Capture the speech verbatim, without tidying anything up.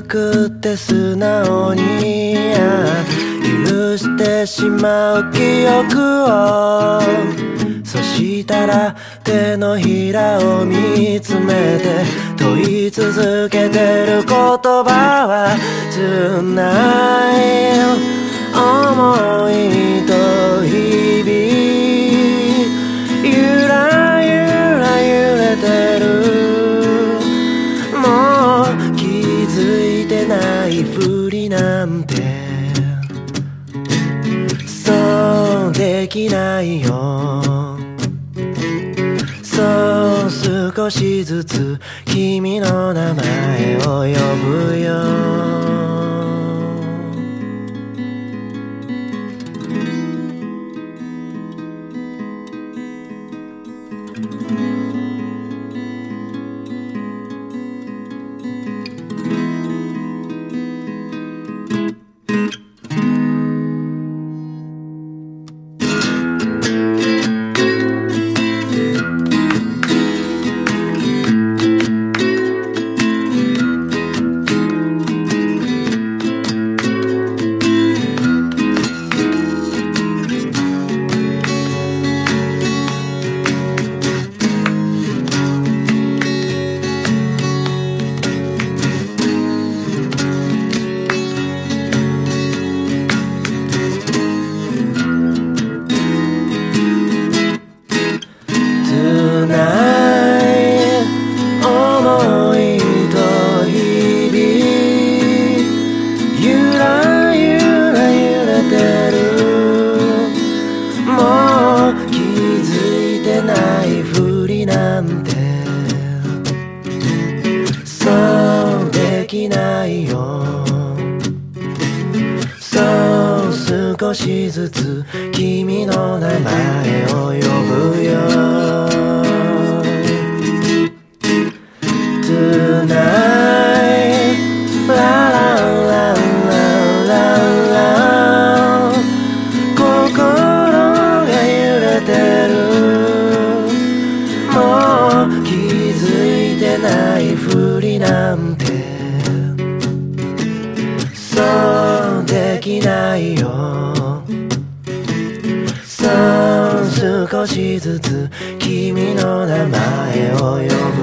くって素直に許してしまう記憶を、そしたら手のひらを見つめて問い続けてる言葉は Tonight 思いと日々ゆらゆら揺れてる、もう気づいてないふりなんてそうできないよ。そう少しずつ君の名前を呼ぶよ。そうできないよ。そう少しずつ君の名前を呼ぶよ。 Tonight ララララララ、心が揺れてる、もう気づいてないふりなんてそうできないよ。そう少しずつ君の名前を呼ぶ